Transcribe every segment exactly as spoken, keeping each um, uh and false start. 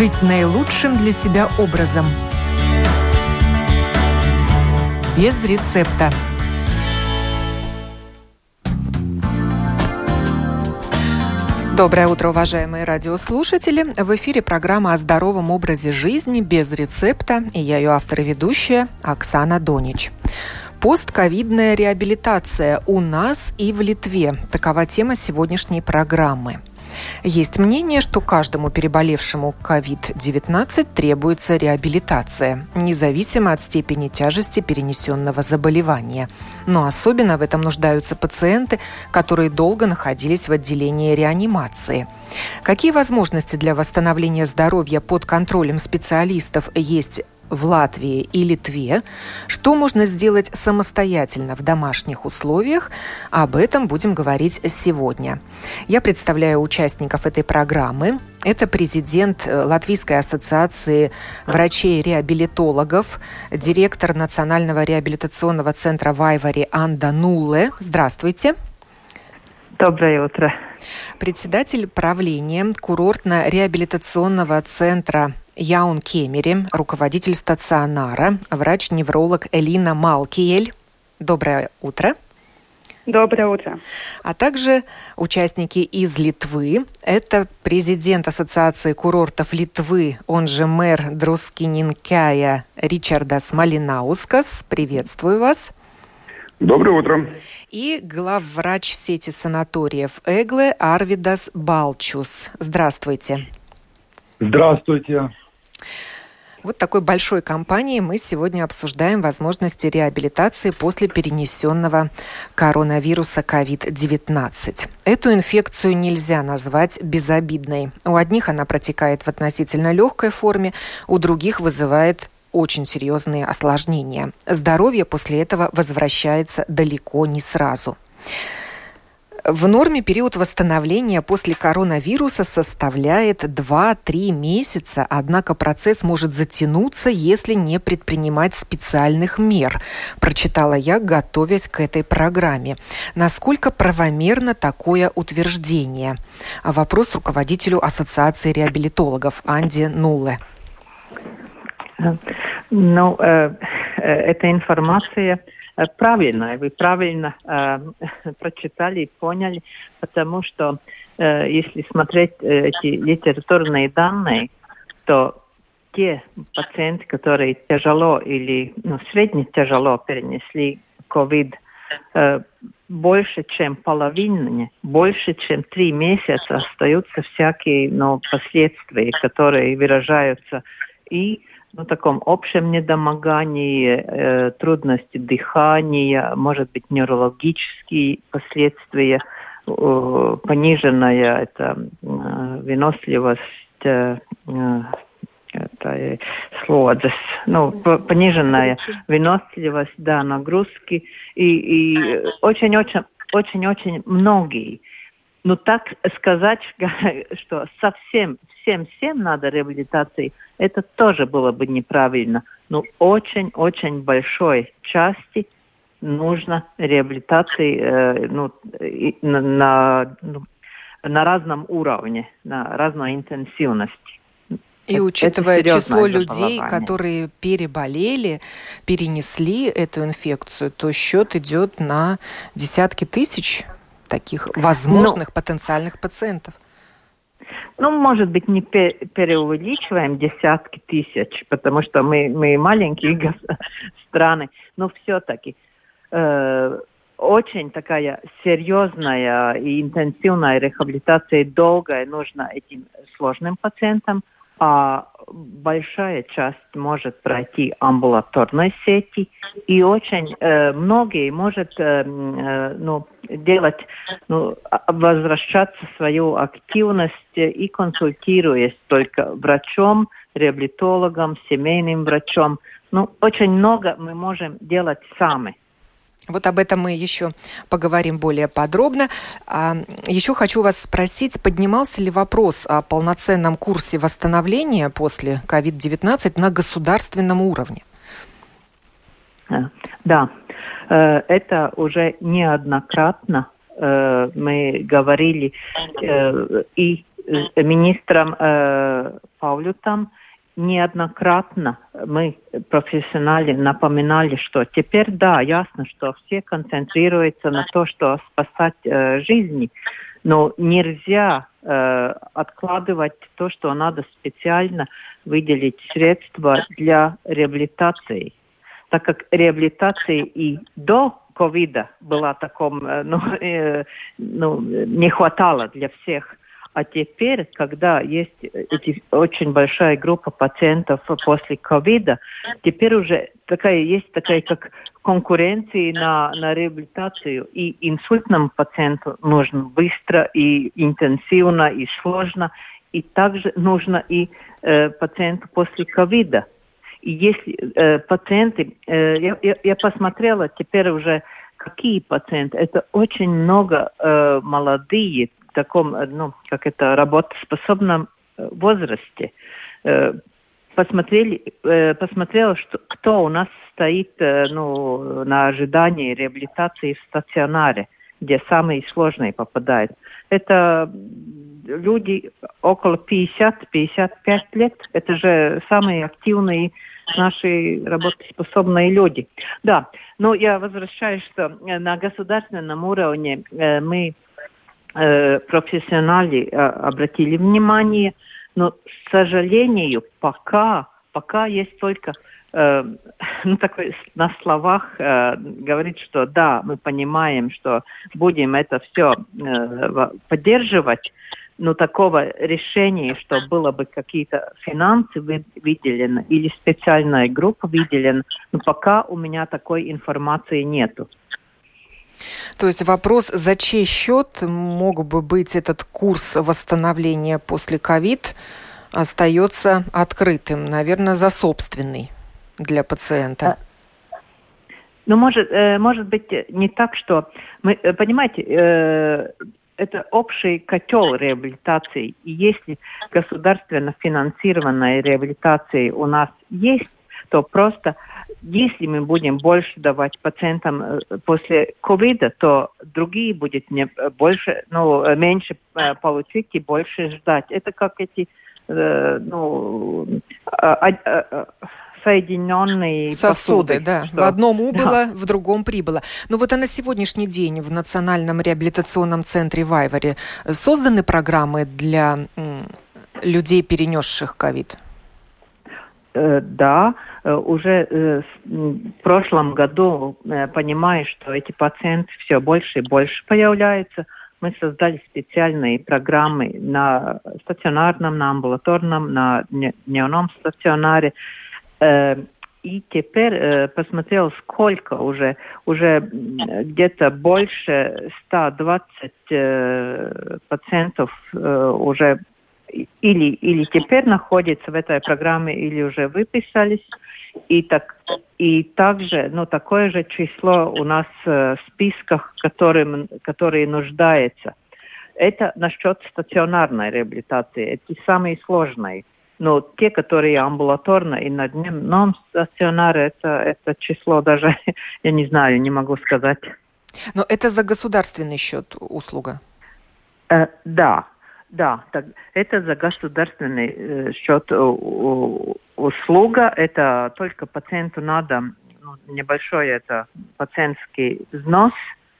жить наилучшим для себя образом. Без рецепта. Доброе утро, уважаемые радиослушатели. В эфире программа о здоровом образе жизни без рецепта. И я ее автор и ведущая Оксана Донич. Постковидная реабилитация у нас и в Литве. Такова тема сегодняшней программы. Есть мнение, что каждому переболевшему ковид девятнадцать требуется реабилитация, независимо от степени тяжести перенесенного заболевания. Но особенно в этом нуждаются пациенты, которые долго находились в отделении реанимации. Какие возможности для восстановления здоровья под контролем специалистов есть в Латвии и Литве? Что можно сделать самостоятельно в домашних условиях? Об этом будем говорить сегодня. Я представляю участников этой программы. Это президент Латвийской ассоциации врачей-реабилитологов, директор Национального реабилитационного центра Вайвари Анда Нуле. Здравствуйте. Доброе утро. Председатель правления курортно-реабилитационного центра Яун Кемери, руководитель стационара, врач-невролог Элина Малкиель. Доброе утро. Доброе утро. А также участники из Литвы. Это президент Ассоциации курортов Литвы, он же мэр Друскининкая Ричардас Малинаускас. Приветствую вас. Доброе утро. И главврач сети санаториев Эгле Арвидас Балчус. Здравствуйте. Здравствуйте. Вот такой большой компанией мы сегодня обсуждаем возможности реабилитации после перенесенного коронавируса ковид девятнадцать. Эту инфекцию нельзя назвать безобидной. У одних она протекает в относительно легкой форме, у других вызывает очень серьезные осложнения. Здоровье после этого возвращается далеко не сразу. В норме период восстановления после коронавируса составляет два-три месяца, однако процесс может затянуться, если не предпринимать специальных мер, прочитала я, готовясь к этой программе. Насколько правомерно такое утверждение? Вопрос руководителю Ассоциации реабилитологов Анде Нуле. Ну, э, э, эта информация правильная. Вы правильно э, прочитали и поняли, потому что э, если смотреть э, эти литературные данные, то те пациенты, которые тяжело или ну, средне тяжело перенесли ковид, э, больше, чем половина, больше, чем три месяца остаются всякие ну, последствия, которые выражаются и ну, таком общем недомогании, э, трудности дыхания, может быть, неврологические последствия, э, пониженная это, э, выносливость, э, это, слоdzes, ну, пониженная выносливость, да, нагрузки, и, и очень-очень, очень-очень многие. Ну, так сказать, что совсем всем-всем надо реабилитации, это тоже было бы неправильно. Но очень-очень большой части нужно реабилитации э, ну, на, на, на разном уровне, на разной интенсивности. И это, учитывая это число людей, которые переболели, перенесли эту инфекцию, то счет идет на десятки тысяч таких возможных ну, потенциальных пациентов. Ну, может быть, не преувеличиваем десятки тысяч, потому что мы, мы маленькие страны, но все-таки э, очень такая серьезная и интенсивная реабилитация долгая нужна этим сложным пациентам, а большая часть может пройти амбулаторной сети, и очень э, многие может э, э, ну, делать, ну, возвращаться в свою активность и консультируясь только врачом, реабилитологом, семейным врачом. Ну, очень много мы можем делать сами. Вот об этом мы еще поговорим более подробно. А еще хочу вас спросить, поднимался ли вопрос о полноценном курсе восстановления после ковид девятнадцать на государственном уровне? Да, это уже неоднократно мы говорили и министром э, Павлютом неоднократно мы, профессионалы, напоминали, что теперь, да, ясно, что все концентрируются на то, что спасать э, жизни, но нельзя э, откладывать то, что надо специально выделить средства для реабилитации, так как реабилитации и до ковида была таком, э, ну, э, ну, не хватало для всех. А теперь, когда есть эти, очень большая группа пациентов после ковида, теперь уже такая, есть такая как конкуренция на, на реабилитацию. И инсультному пациенту нужно быстро и интенсивно, и сложно. И также нужно и э, пациенту после ковида. И если э, пациенты, э, я, я, я посмотрела теперь уже, какие пациенты, это очень много э, молодые, в таком, ну, как это, работоспособном возрасте. Э, посмотрели, э, посмотрела, что, кто у нас стоит э, ну, на ожидании реабилитации в стационаре, где самые сложные попадают. Это люди около пятьдесят-пятьдесят пять лет. Это же самые активные наши работоспособные люди. Да, но я возвращаюсь, что на государственном уровне э, мы э, профессионалы э, обратили внимание, но, к сожалению, пока, пока есть только э, ну, такой, на словах э, говорит, что да, мы понимаем, что будем это все э, поддерживать, но такого решения, что было бы какие-то финансы выделены или специальная группа выделена, но пока у меня такой информации нету. То есть вопрос, за чей счет мог бы быть этот курс восстановления после ковид, остается открытым, наверное, за собственный для пациента. Ну, может, может быть, не так, что мы, понимаете, это общий котел реабилитации. И если государственно финансированная реабилитация у нас есть, то просто, если мы будем больше давать пациентам после ковида, то другие будут не больше, ну, меньше получить и больше ждать. Это как эти, ну, соединенные сосуды, посуды, да. Что... В одном убыло, да. в другом прибыло. Но вот а на сегодняшний день в Национальном реабилитационном центре в Айваре созданы программы для м, людей, перенесших ковид? Э, да, э, уже э, в прошлом году, э, понимая, что эти пациенты все больше и больше появляются, мы создали специальные программы на стационарном, на амбулаторном, на дневном стационаре. И теперь э, посмотрел, сколько уже, уже где-то больше ста двадцати э, пациентов э, уже или, или теперь находятся в этой программе, или уже выписались. И, так, и также, ну, такое же число у нас э, в списках, которым, которые нуждаются. Это насчет стационарной реабилитации, это самые сложные. Но те, которые амбулаторно и на дневном стационаре, это, это число даже, я не знаю, не могу сказать. Но это за государственный счет услуга? Э, да, да, так, это за государственный э, счет у, у, услуга. Это только пациенту надо, ну, небольшой это пациентский взнос.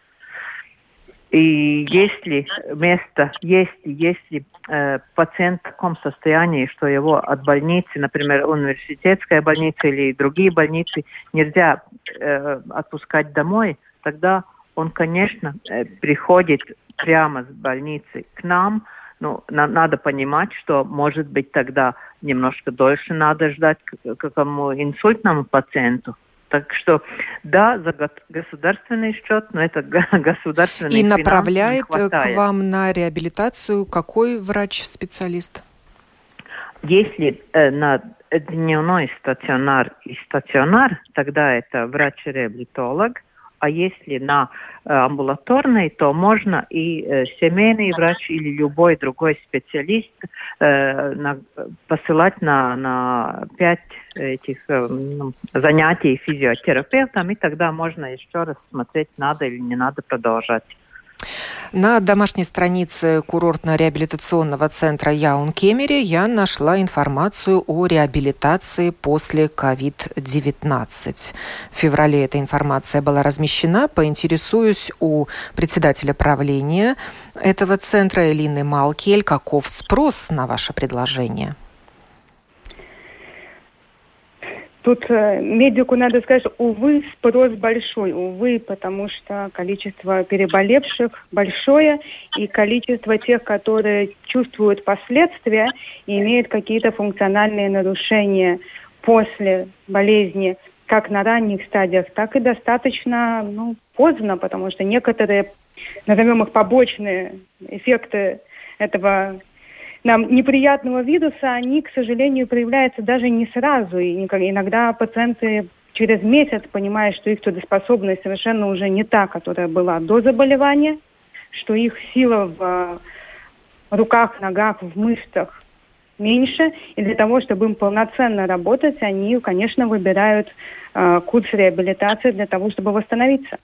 И если место есть, если э, пациент в таком состоянии, что его от больницы, например, университетская больница или другие больницы, нельзя э, отпускать домой, тогда он, конечно, э, приходит прямо с больницы к нам. Ну, на, надо понимать, что, может быть, тогда немножко дольше надо ждать к какому инсультному пациенту. Так что, да, за государственный счет, но это государственный И финанс направляет не хватает. К вам на реабилитацию какой врач-специалист? Если э, на дневной стационар и стационар, тогда это врач-реабилитолог, а если на э, амбулаторный, то можно и э, семейный врач или любой другой специалист э, на, посылать на, на пять этих э, ну, занятий физиотерапевтом, и тогда можно еще раз смотреть, надо или не надо продолжать. На домашней странице курортно-реабилитационного центра Яун Кемери я нашла информацию о реабилитации после ковид девятнадцать. В феврале эта информация была размещена. Поинтересуюсь у председателя правления этого центра Элины Малкель, каков спрос на ваше предложение? Тут э, медику надо сказать, увы, спрос большой, увы, потому что количество переболевших большое, и количество тех, которые чувствуют последствия и имеют какие-то функциональные нарушения после болезни, как на ранних стадиях, так и достаточно ну, поздно, потому что некоторые, назовем их побочные эффекты этого нам неприятного вируса, они, к сожалению, проявляются даже не сразу. И иногда пациенты через месяц понимают, что их трудоспособность совершенно уже не та, которая была до заболевания, что их сила в руках, ногах, в мышцах меньше. И для того, чтобы им полноценно работать, они, конечно, выбирают э, курс реабилитации для того, чтобы восстановиться.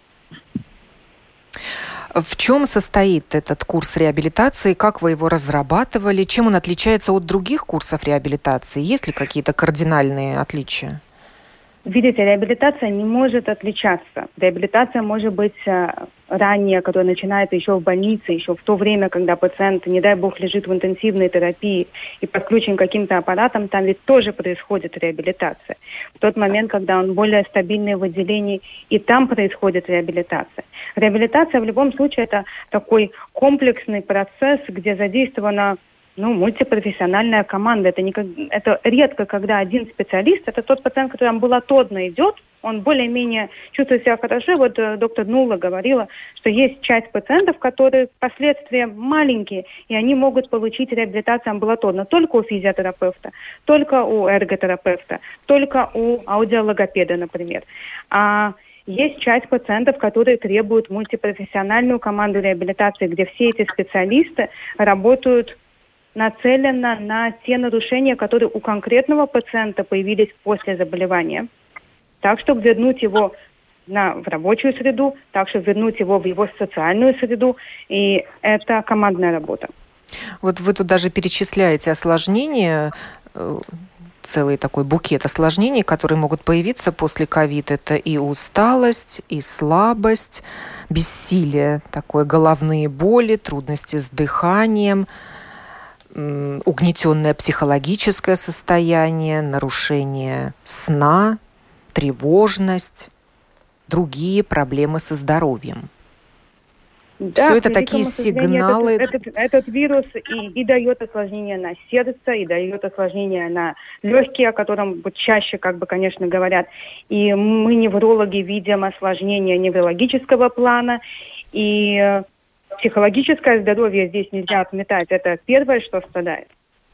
В чем состоит этот курс реабилитации? Как вы его разрабатывали? Чем он отличается от других курсов реабилитации? Есть ли какие-то кардинальные отличия? Видите, реабилитация не может отличаться. Реабилитация может быть ранее, которая начинается еще в больнице, еще в то время, когда пациент, не дай бог, лежит в интенсивной терапии и подключен к каким-то аппаратам, там ведь тоже происходит реабилитация. В тот момент, когда он более стабильный в отделении, и там происходит реабилитация. Реабилитация в любом случае это такой комплексный процесс, где задействована Ну, мультипрофессиональная команда. Это, не, это редко, когда один специалист, это тот пациент, который амбулаторно идет, он более-менее чувствует себя хорошо. Вот э, доктор Нула говорила, что есть часть пациентов, которые последствия маленькие, и они могут получить реабилитацию амбулаторно только у физиотерапевта, только у эрготерапевта, только у аудиологопеда, например. А есть часть пациентов, которые требуют мультипрофессиональную команду реабилитации, где все эти специалисты работают нацелена на те нарушения, которые у конкретного пациента появились после заболевания. Так, чтобы вернуть его на, в рабочую среду, так, чтобы вернуть его в его социальную среду. И это командная работа. Вот вы тут даже перечисляете осложнения, целый такой букет осложнений, которые могут появиться после ковид. Это и усталость, и слабость, бессилие, такое, головные боли, трудности с дыханием, угнетенное психологическое состояние, нарушение сна, тревожность, другие проблемы со здоровьем. Да, все это такие сигналы. Этот, этот, этот вирус и, и дает осложнения на сердце, и дает осложнения на легкие, о котором вот чаще, как бы, конечно, говорят. И мы, неврологи, видим осложнения неврологического плана, и психологическое здоровье здесь нельзя отметать. Это первое, что страдает.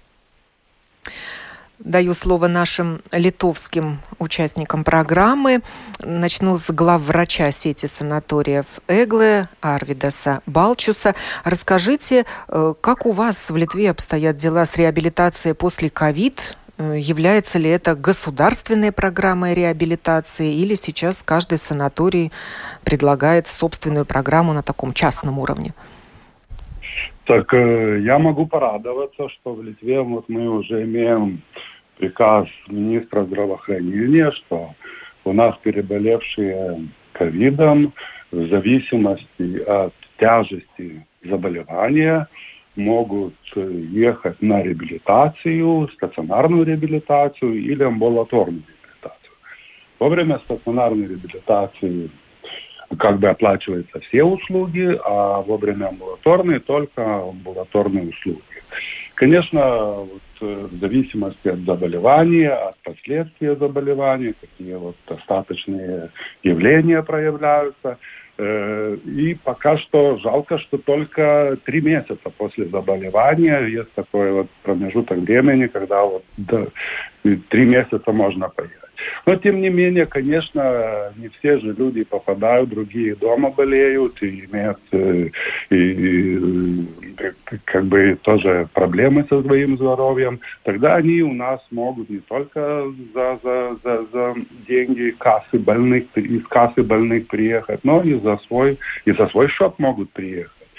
Даю слово нашим литовским участникам программы. Начну с главврача сети санаториев Эгле Арвидаса Балчуса. Расскажите, как у вас в Литве обстоят дела с реабилитацией после ковид? Является ли это государственной программой реабилитации или сейчас каждый санаторий предлагает собственную программу на таком частном уровне? Так, я могу порадоваться, что в Литве вот мы уже имеем приказ министра здравоохранения, что у нас переболевшие ковидом в зависимости от тяжести заболевания могут ехать на реабилитацию, стационарную реабилитацию или амбулаторную реабилитацию. Во время стационарной реабилитации как бы оплачиваются все услуги, а во время амбулаторной только амбулаторные услуги. Конечно, вот, в зависимости от заболевания, от последствий заболевания, какие вот остаточные явления проявляются. И пока что жалко, что только три месяца после заболевания есть такой вот промежуток времени, когда вот да, три месяца можно поехать. Но, тем не менее, конечно, не все же люди попадают, другие дома болеют и имеют и, и, как бы тоже проблемы со своим здоровьем. Тогда они у нас могут не только за, за, за, за деньги кассы больных, из кассы больных приехать, но и за свой, и за свой счет могут приехать.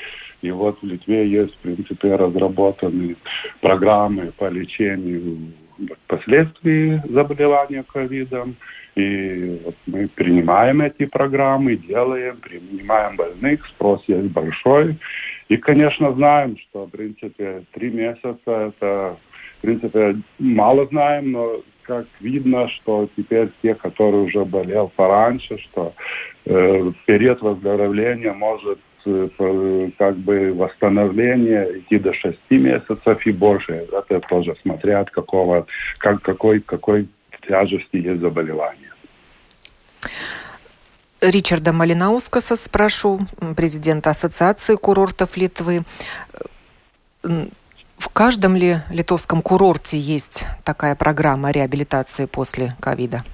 И вот в Литве есть, в принципе, разработаны программы по лечению последствий заболевания ковидом. И вот мы принимаем эти программы, делаем, принимаем больных, спрос есть большой. И, конечно, знаем, что, в принципе, три месяца это, в принципе, мало знаем, но как видно, что теперь те, которые уже болел пораньше, что э, период выздоровления может э, как бы восстановление идти до шести месяцев и больше. Это тоже смотря от какого, как, какой, какой тяжести есть заболевание. Ричарда Малинаускаса спрошу, президента Ассоциации курортов Литвы. В каждом ли литовском курорте есть такая программа реабилитации после ковида?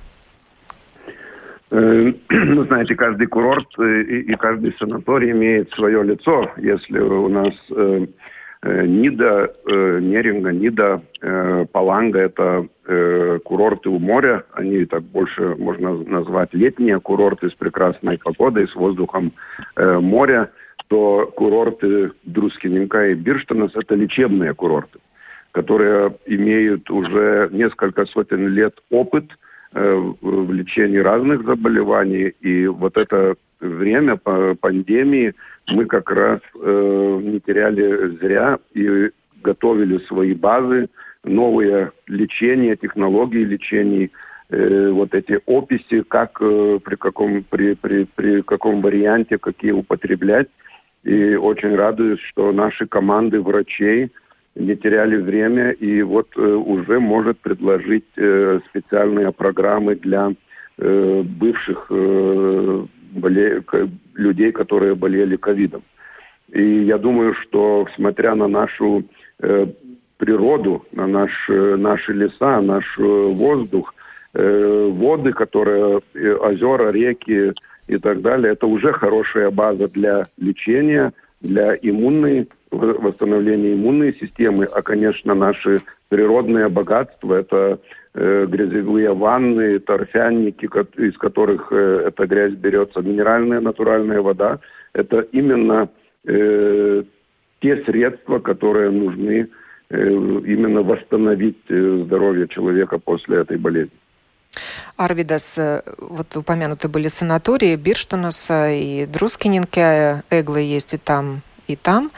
Ну, знаете, каждый курорт и, и каждый санаторий имеет свое лицо. Если у нас э, э, Нида, э, Неринга, Нида, э, Паланга – это э, курорты у моря, они так больше можно назвать летние курорты с прекрасной погодой, с воздухом э, моря, то курорты Друскиненка и Бирштонес – это лечебные курорты, которые имеют уже несколько сотен лет опыт э, в лечении разных заболеваний. И вот это время по пандемии мы как раз э, не теряли зря и готовили свои базы, новые лечения, технологии лечений, э, вот эти описи, как э, при каком при, при, при каком варианте какие употреблять. И очень радуюсь, что наши команды врачей не теряли время и вот э, уже может предложить э, специальные программы для э, бывших э, боле... людей, которые болели ковидом. И я думаю, что, смотря на нашу э, природу, на наш, э, наши леса, наш э, воздух, э, воды, которые, э, озера, реки, и так далее. Это уже хорошая база для лечения, для иммунной, восстановления иммунной системы. А, конечно, наши природные богатства – это э, грязевые ванны, торфяники, из которых э, эта грязь берется, минеральная натуральная вода. Это именно э, те средства, которые нужны э, именно восстановить э, здоровье человека после этой болезни. Арвидас, вот упомянуты были санатории Бирштонеса и Друскиненке, Эглы есть и там, и там.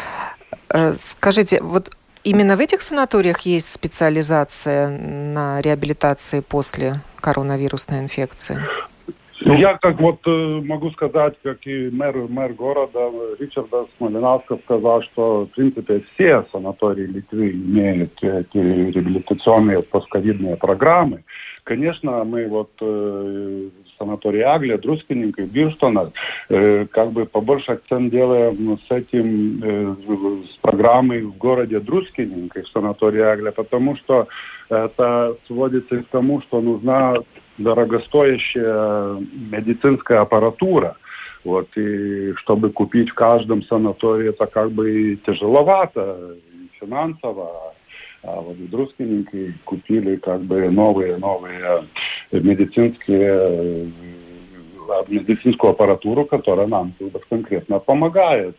Скажите, вот именно в этих санаториях есть специализация на реабилитации после коронавирусной инфекции? Я как вот могу сказать, как и мэр, мэр города Ричард Малинаускас сказал, что в принципе все санатории Литвы имеют эти реабилитационные постковидные программы. Конечно, мы вот э, в санатории Агля, Друскиненко и Бирштонес э, как бы побольше акцент делаем с этим, э, с программой в городе Друскиненко, в санатории Агля, потому что это сводится к тому, что нужна дорогостоящая медицинская аппаратура. Вот, и чтобы купить в каждом санатории, это как бы тяжеловато и финансово. А вот в Друскиненке купили как бы новые, новые медицинские, медицинскую аппаратуру, которая нам конкретно помогает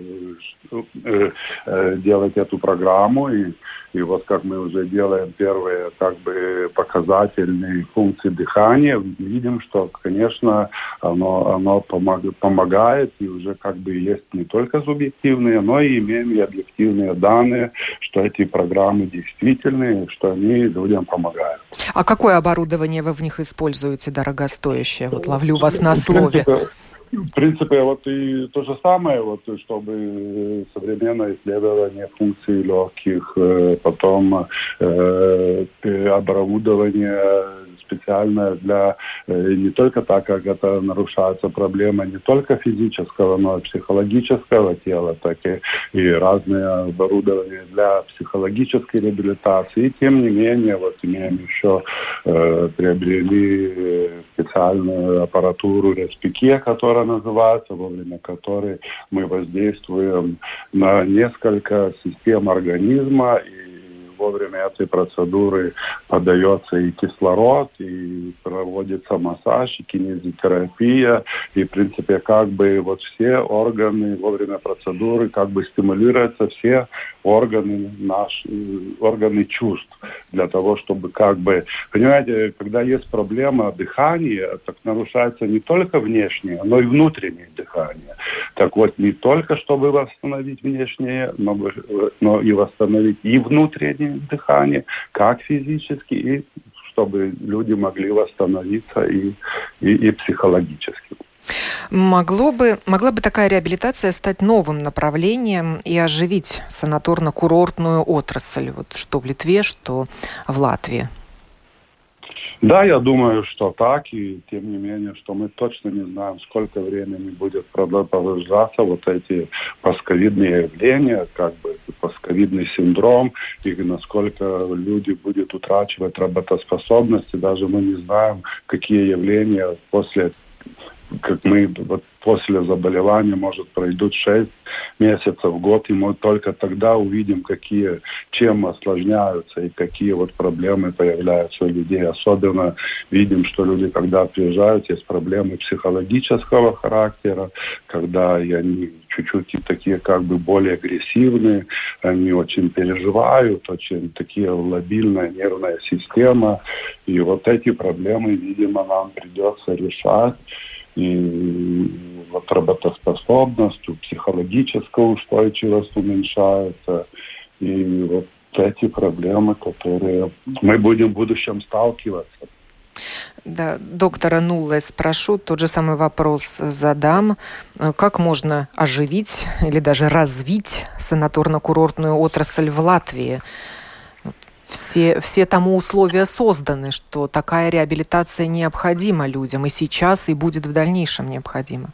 делать эту программу. И, и вот как мы уже делаем первые как бы показательные функции дыхания, видим, что, конечно, оно, оно помог, помогает, и уже как бы есть не только субъективные, но и имеем и объективные данные, что эти программы действительные, что они людям помогают. А какое оборудование вы в них используете, дорогостоящее? Вот ловлю вас на слове. В принципе, вот и то же самое, вот, чтобы современное исследование функций легких, потом э, оборудование специальное для не только так, как это нарушается проблема не только физического, но и психологического тела, так и, и разные оборудования для психологической реабилитации. И тем не менее, вот имеем еще э, приобрели специальную аппаратуру респике, которая называется, во время которой мы воздействуем на несколько систем организма и во время этой процедуры подается и кислород, и проводится массаж, и кинезитерапия, и, в принципе, как бы вот все органы во время процедуры, как бы стимулируются все органы наши, органы чувств, для того, чтобы как бы, понимаете, когда есть проблема дыхания, так нарушается не только внешнее, но и внутреннее дыхание. Так вот, не только чтобы восстановить внешнее, но, но и восстановить и внутреннее дыхание, как физически, и чтобы люди могли восстановиться и, и, и психологически. Могло бы, могла бы такая реабилитация стать новым направлением и оживить санаторно-курортную отрасль, вот что в Литве, что в Латвии? Да, я думаю, что так, и тем не менее, что мы точно не знаем, сколько времени будет продолжаться вот эти постковидные явления, как бы постковидный синдром, и насколько люди будут утрачивать работоспособность, и даже мы не знаем, какие явления после как мы вот после заболевания, может, пройдут шесть месяцев, год, и мы только тогда увидим, какие, чем осложняются и какие вот проблемы появляются у людей. Особенно видим, что люди, когда приезжают, есть проблемы психологического характера, когда и они чуть-чуть и такие как бы более агрессивные, они очень переживают, очень такие лобильная нервная система. И вот эти проблемы, видимо, нам придется решать. И вот работоспособность, психологическая устойчивость уменьшается. И вот эти проблемы, которые мы будем в будущем сталкиваться. Да, доктора Нулле спрошу, тот же самый вопрос задам. Как можно оживить или даже развить санаторно-курортную отрасль в Латвии? Все, все тому условия созданы, что такая реабилитация необходима людям и сейчас, и будет в дальнейшем необходима.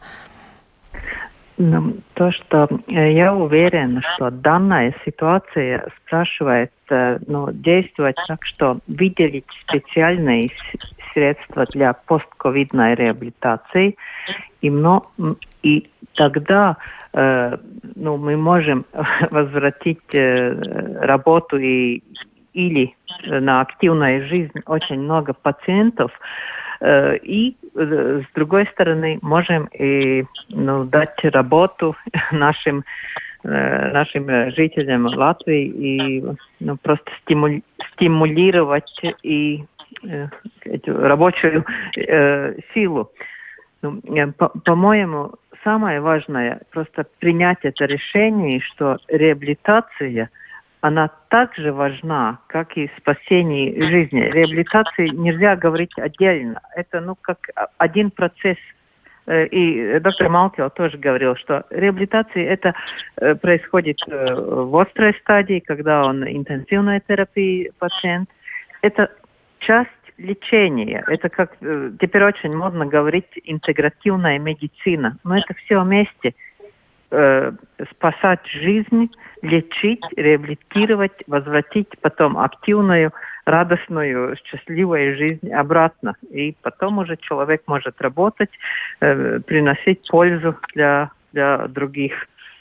Ну, то, что я уверена, что данная ситуация спрашивает ну, действовать так, что выделить специальные средства для постковидной реабилитации, и, но, и тогда э, ну, мы можем возвратить э, работу и или на активную жизнь очень много пациентов, э, и э, с другой стороны можем и ну, дать работу нашим э, нашим жителям Латвии и ну, просто стиму, стимулировать и э, эту рабочую э, силу. Ну, по, по-моему, самое важное просто принять это решение, что реабилитация она также важна, как и спасение жизни. Реабилитации нельзя говорить отдельно. Это ну как один процесс. И доктор Малкел тоже говорил, что реабилитация это происходит в острой стадии, когда он интенсивной терапии пациент. Это часть лечения. Это как теперь очень модно говорить интегративная медицина. Но это все вместе. Спасать жизнь, лечить, реабилитировать, возвратить потом активную, радостную, счастливую жизнь обратно. И потом уже человек может работать, э, приносить пользу для, для других.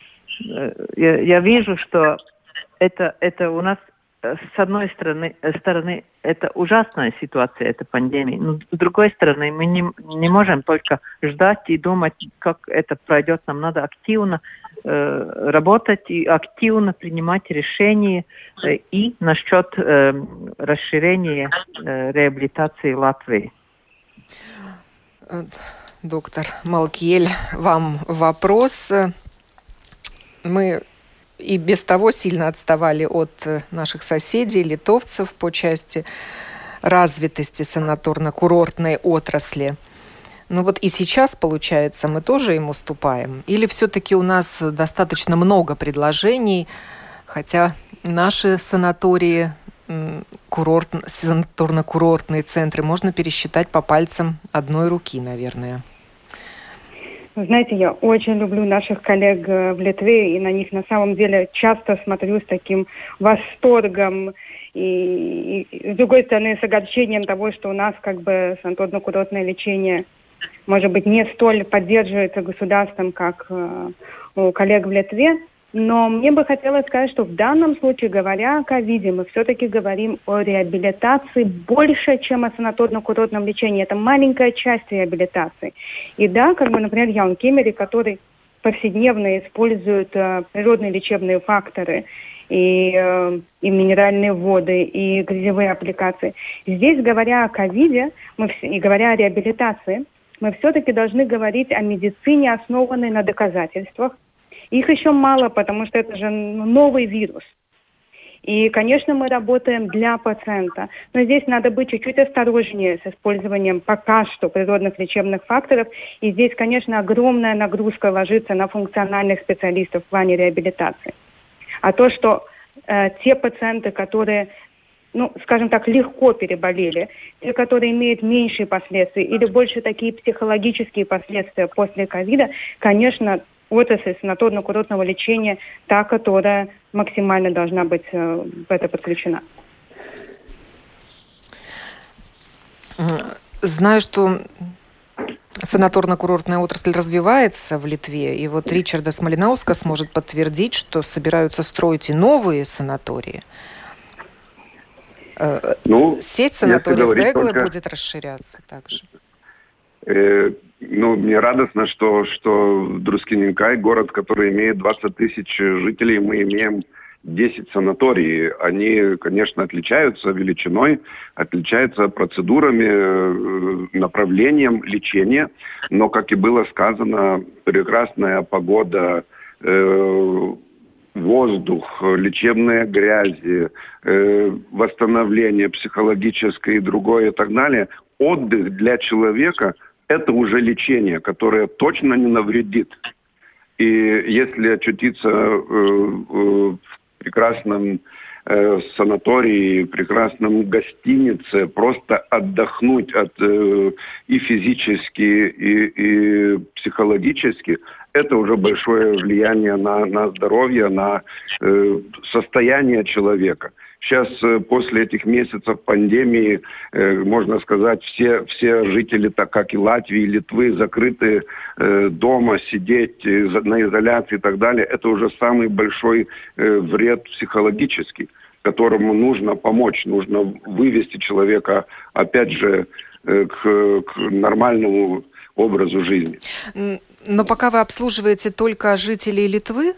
Я, я вижу, что это, это у нас с одной стороны, стороны это ужасная ситуация, эта пандемия, но с другой стороны мы не, не можем только ждать и думать, как это пройдет. Нам надо активно э, работать и активно принимать решения э, и насчет э, расширения э, реабилитации Латвии. Доктор Малкиель, вам вопрос. Мы и без того сильно отставали от наших соседей, литовцев, по части развитости санаторно-курортной отрасли. Ну вот и сейчас, получается, мы тоже им уступаем? Или все-таки у нас достаточно много предложений, хотя наши санатории, курорт, санаторно-курортные центры можно пересчитать по пальцам одной руки, наверное? Знаете, я очень люблю наших коллег в Литве, и на них на самом деле часто смотрю с таким восторгом и, и с другой стороны, с огорчением того, что у нас как бы санаторно-курортное лечение, может быть, не столь поддерживается государством, как э, у коллег в Литве. Но мне бы хотелось сказать, что в данном случае, говоря о ковиде, мы все-таки говорим о реабилитации больше, чем о санаторно-курортном лечении. Это маленькая часть реабилитации. И да, как бы, например, Яун Кемери, который повседневно использует э, природные лечебные факторы и, э, и минеральные воды, и грязевые аппликации. Здесь, говоря о ковиде мы, и говоря о реабилитации, мы все-таки должны говорить о медицине, основанной на доказательствах. Их еще мало, потому что это же новый вирус. И, конечно, мы работаем для пациента. Но здесь надо быть чуть-чуть осторожнее с использованием пока что природных лечебных факторов. И здесь, конечно, огромная нагрузка ложится на функциональных специалистов в плане реабилитации. А то, что э, те пациенты, которые, ну, скажем так, легко переболели, те, которые имеют меньшие последствия или больше такие психологические последствия после ковида, конечно, отрасль санаторно-курортного лечения та, которая максимально должна быть э, в это подключена. Знаю, что санаторно-курортная отрасль развивается в Литве, и вот Ричарда Смолинаускас сможет подтвердить, что собираются строить и новые санатории. Ну, сеть санаториев Эгла только... будет расширяться также. Э, ну, мне радостно, что, что Друскининкай, город, который имеет двадцать тысяч жителей, мы имеем десять санаторий. Они, конечно, отличаются величиной, отличаются процедурами, направлением лечения, но, как и было сказано, прекрасная погода, э, воздух, лечебные грязи, э, восстановление психологическое и другое и так далее. Отдых для человека – это уже лечение, которое точно не навредит. И если очутиться э, в прекрасном э, санатории, прекрасном гостинице, просто отдохнуть от, э, и физически, и, и психологически, это уже большое влияние на, на здоровье, на э, состояние человека. Сейчас, э, после этих месяцев пандемии, э, можно сказать, все, все жители, так как и Латвии, и Литвы, закрыты э, дома, сидеть э, на изоляции и так далее. Это уже самый большой э, вред психологический, которому нужно помочь, нужно вывести человека, опять же, э, к, к нормальному образу жизни. Но пока вы обслуживаете только жителей Литвы?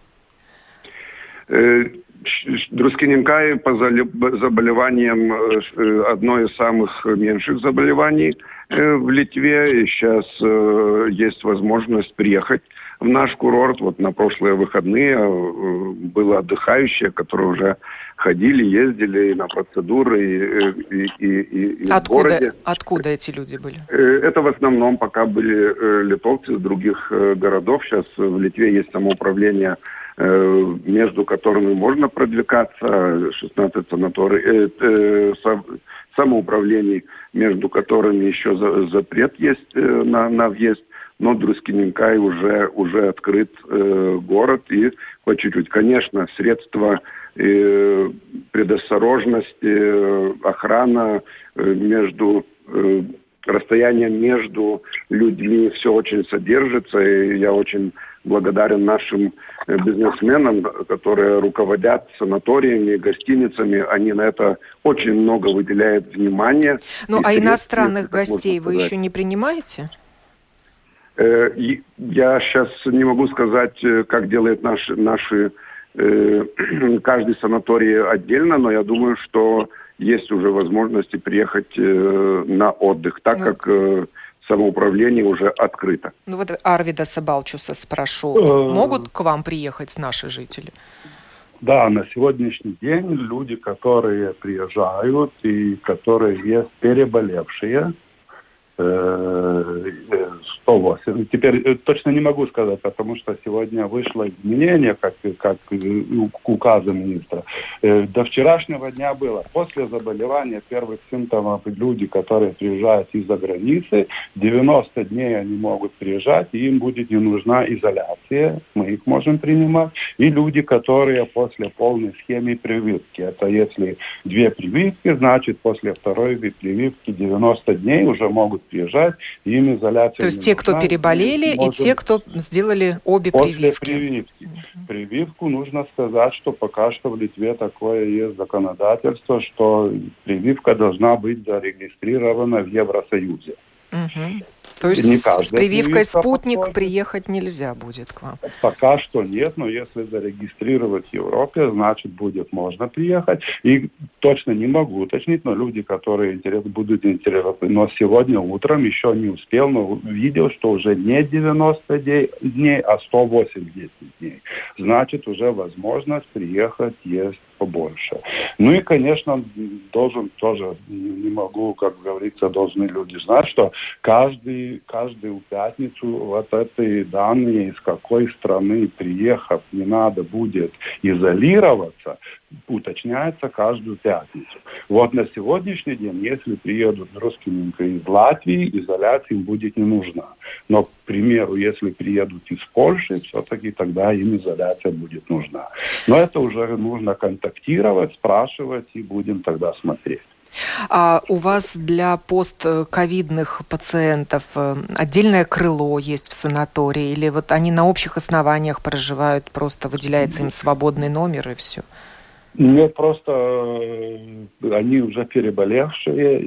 Друскининкай по заболеваниям одно из самых меньших заболеваний в Литве. И сейчас есть возможность приехать в наш курорт. Вот на прошлые выходные было отдыхающие, которые уже ходили, ездили на процедуры и, и, и, и откуда, в городе. Откуда эти люди были? Это в основном пока были литовцы из других городов. Сейчас в Литве есть самоуправление, между которыми можно продвигаться, шестнадцать санаторий, э, самоуправлений, между которыми еще запрет есть на, на въезд. Но Друскининкай уже, уже открыт э, город, и по чуть-чуть, конечно, средства э, предосторожности, э, охрана э, между... Э, расстояние между людьми все очень содержится, и я очень благодарен нашим бизнесменам, которые руководят санаториями, гостиницами. Они на это очень много выделяют внимания. Ну, а иностранных гостей вы еще не принимаете? Я сейчас не могу сказать, как делают наши, наши каждый санаторий отдельно, но я думаю, что есть уже возможности приехать э, на отдых, так ну, как э, самоуправление уже открыто. Ну вот Арвида Сабалчуса спрошу, э, могут к вам приехать наши жители? Да, на сегодняшний день люди, которые приезжают и которые есть переболевшие, сто восемь. Теперь точно не могу сказать, потому что сегодня вышло изменение, как, как указа министра. До вчерашнего дня было. После заболевания первых симптомов люди, которые приезжают из-за границы, девяносто дней они могут приезжать, и им будет не нужна изоляция. Мы их можем принимать. И люди, которые после полной схемы прививки. Это если две прививки, значит после второй прививки девяносто дней уже могут приезжать, и им изоляция. То есть те, кто переболели, и те, кто сделали обе после прививки. прививки. Прививку нужно сказать, что пока что в Литве такое есть законодательство, что прививка должна быть зарегистрирована в Евросоюзе. Угу. То есть с прививкой «Спутник» подходит. Приехать нельзя будет к вам? Пока что нет, но если зарегистрировать в Европе, значит, будет можно приехать. И точно не могу уточнить, но люди, которые интерес, будут интересоваться. Но сегодня утром еще не успел, но видел, что уже не девяносто дней, а сто восемьдесят дней. Значит, уже возможность приехать есть побольше. Ну и, конечно, должен тоже, не могу, как говорится, должны люди знать, что каждый, каждую пятницу вот эти данные, из какой страны приехав, не надо будет изолироваться, уточняется каждую пятницу. Вот на сегодняшний день, если приедут родственники из Латвии, изоляция им будет не нужна. Но, к примеру, если приедут из Польши, все-таки тогда им изоляция будет нужна. Но это уже нужно контактировать, спрашивать, и будем тогда смотреть. А у вас для постковидных пациентов отдельное крыло есть в санатории? Или вот они на общих основаниях проживают, просто выделяется им свободный номер и все? Нет, просто э, они уже переболевшие,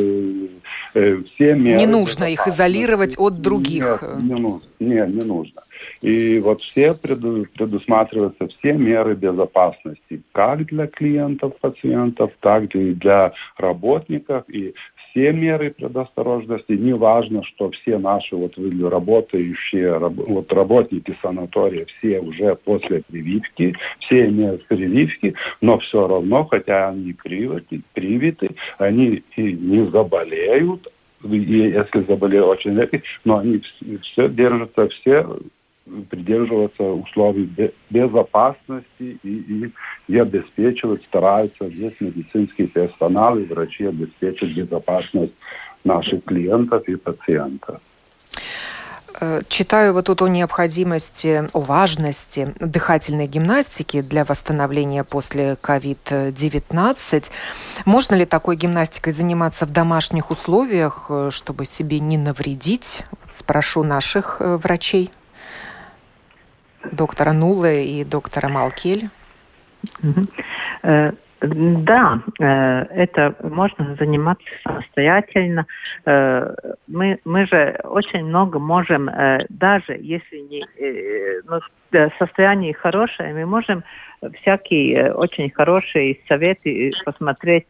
и э, все меры... Не нужно их изолировать от других? Нет, не нужно. Нет, не нужно. И вот все преду, предусматриваются все меры безопасности, как для клиентов, пациентов, так и для работников, и все меры предосторожности. Не важно, что все наши вот работающие, вот работники санатория, все уже после прививки, все имеют прививки, но все равно, хотя они привиты, привиты они и не заболеют, и если заболеют очень редко, но они все держатся, все придерживаться условий безопасности и, и, и обеспечивать, стараются здесь медицинский персонал и врачи обеспечить безопасность наших клиентов и пациентов. Читаю вот тут о необходимости, о важности дыхательной гимнастики для восстановления после ковид девятнадцать. Можно ли такой гимнастикой заниматься в домашних условиях, чтобы себе не навредить? Спрошу наших врачей. Доктора Нуле и доктора Малкель. Да, это можно заниматься самостоятельно. Мы, мы же очень много можем, даже если не, ну, состояние хорошее, мы можем всякие очень хорошие советы посмотреть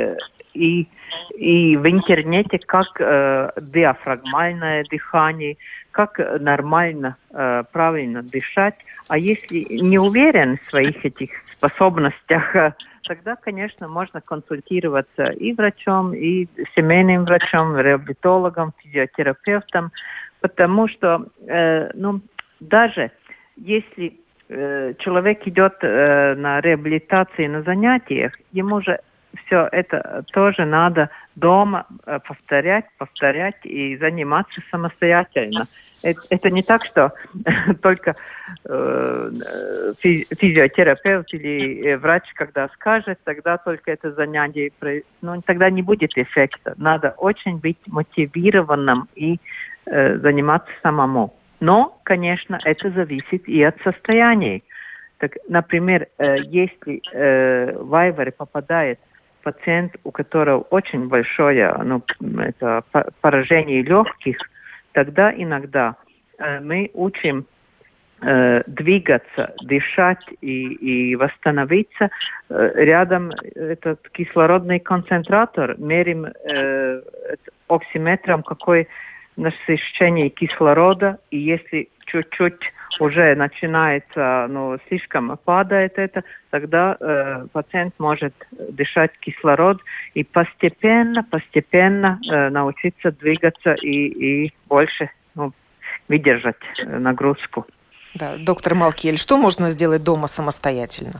и, и в интернете, как диафрагмальное дыхание, как нормально, правильно дышать. А если не уверен в своих этих способностях, тогда, конечно, можно консультироваться и врачом, и семейным врачом, реабилитологом, физиотерапевтом, потому что, э, ну, даже если э, человек идет э, на реабилитации, на занятиях, ему же все это тоже надо дома э, повторять, повторять и заниматься самостоятельно. Это, это не так, что только э, физиотерапевт или врач, когда скажет, тогда только это занятие, ну, тогда не будет эффекта. Надо очень быть мотивированным и э, заниматься самому. Но, конечно, это зависит и от состояния. Так, например, э, если э, в Айвари попадает пациент, у которого очень большое, ну, это поражение легких, тогда иногда э, мы учим э, двигаться, дышать и, и восстановиться. Э, рядом этот кислородный концентратор, мерим э, оксиметром, какое насыщение кислорода, и если чуть-чуть уже начинается, ну, слишком падает это, тогда э, пациент может дышать кислород и постепенно, постепенно э, научиться двигаться и, и больше, ну, выдержать э, нагрузку. Да, доктор Малкель, что можно сделать дома самостоятельно?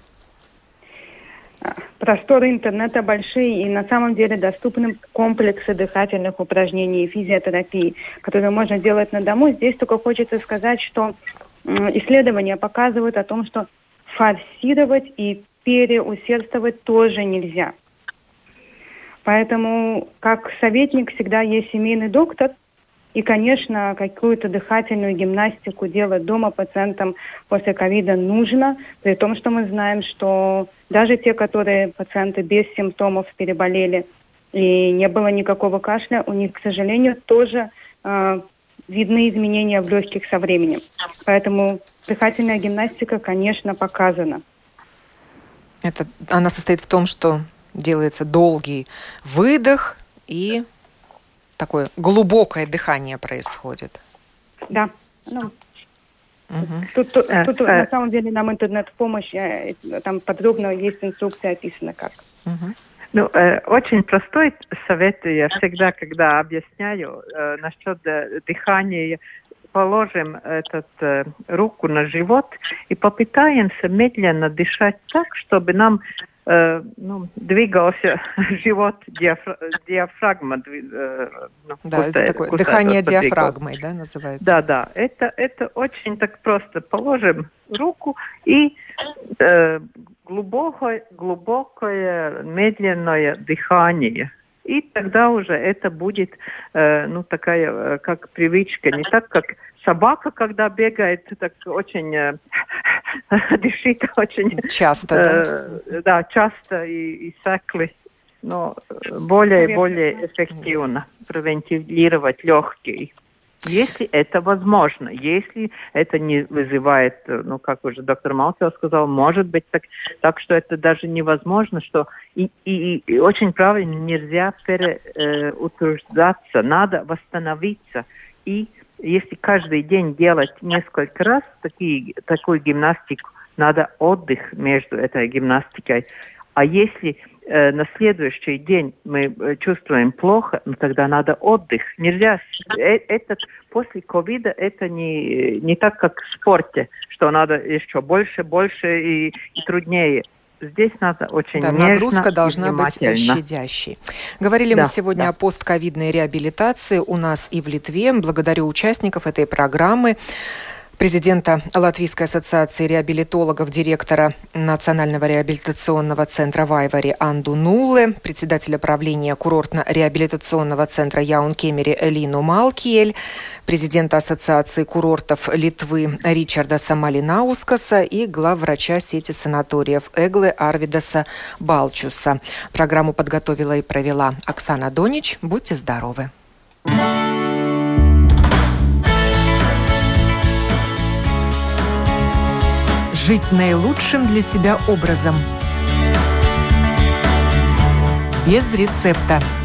Просторы интернета большие, и на самом деле доступны комплексы дыхательных упражнений и физиотерапии, которые можно делать на дому. Здесь только хочется сказать, что исследования показывают о том, что форсировать и переусердствовать тоже нельзя. Поэтому, как советник, всегда есть семейный доктор, И, конечно, какую-то дыхательную гимнастику делать дома пациентам после ковида нужно, при том, что мы знаем, что даже те, которые пациенты без симптомов переболели и не было никакого кашля, у них, к сожалению, тоже э, видны изменения в легких со временем. Поэтому дыхательная гимнастика, конечно, показана. Это, она состоит в том, что делается долгий выдох и такое глубокое дыхание происходит. Да. Ну, угу. Тут, тут, тут на самом деле нам интернет-помощь, там подробно есть инструкция описана как. Угу. Ну, э, очень простой совет я всегда, когда объясняю э, насчет э, дыхания, положим этот, э, руку на живот и попытаемся медленно дышать так, чтобы нам э, ну, двигался живот, диафра, диафрагма. Э, ну, да, куда, это такое дыхание диафрагмой, да, называется? Да, да, это, это очень так просто. Положим руку и э, глубокое, глубокое, медленное дыхание. И тогда уже это будет, э, ну, такая, э, как привычка. Не так, как собака, когда бегает, так очень э, дышит очень... Часто, э, да? Да, часто и, и сакли. Но более и более эффективно провентилировать легкие. Если это возможно, если это не вызывает, ну, как уже доктор Малцев сказал, может быть так, так что это даже невозможно, что и, и, и очень правильно, нельзя переутруждаться, надо восстановиться. И если каждый день делать несколько раз такие, такую гимнастику, надо отдых между этой гимнастикой. А если э, на следующий день мы э, чувствуем плохо, ну, тогда надо отдых. Нельзя. Э, этот, после ковида это не, не так, как в спорте, что надо еще больше, больше и, и труднее. Здесь надо очень да, нежно нагрузка должна быть внимательно. щадящей. Говорили да, мы сегодня да. о постковидной реабилитации у нас и в Литве. Благодарю участников этой программы. Президента Латвийской ассоциации реабилитологов, директора Национального реабилитационного центра Вайвари Анду Нулле, председателя правления курортно-реабилитационного центра Яункемери Элину Малкиель, президента Ассоциации курортов Литвы Ричарда Самалинаускаса и главврача сети санаториев Эглы Арвидаса Балчуса. Программу подготовила и провела Оксана Донич. Будьте здоровы! Жить наилучшим для себя образом. Без рецепта.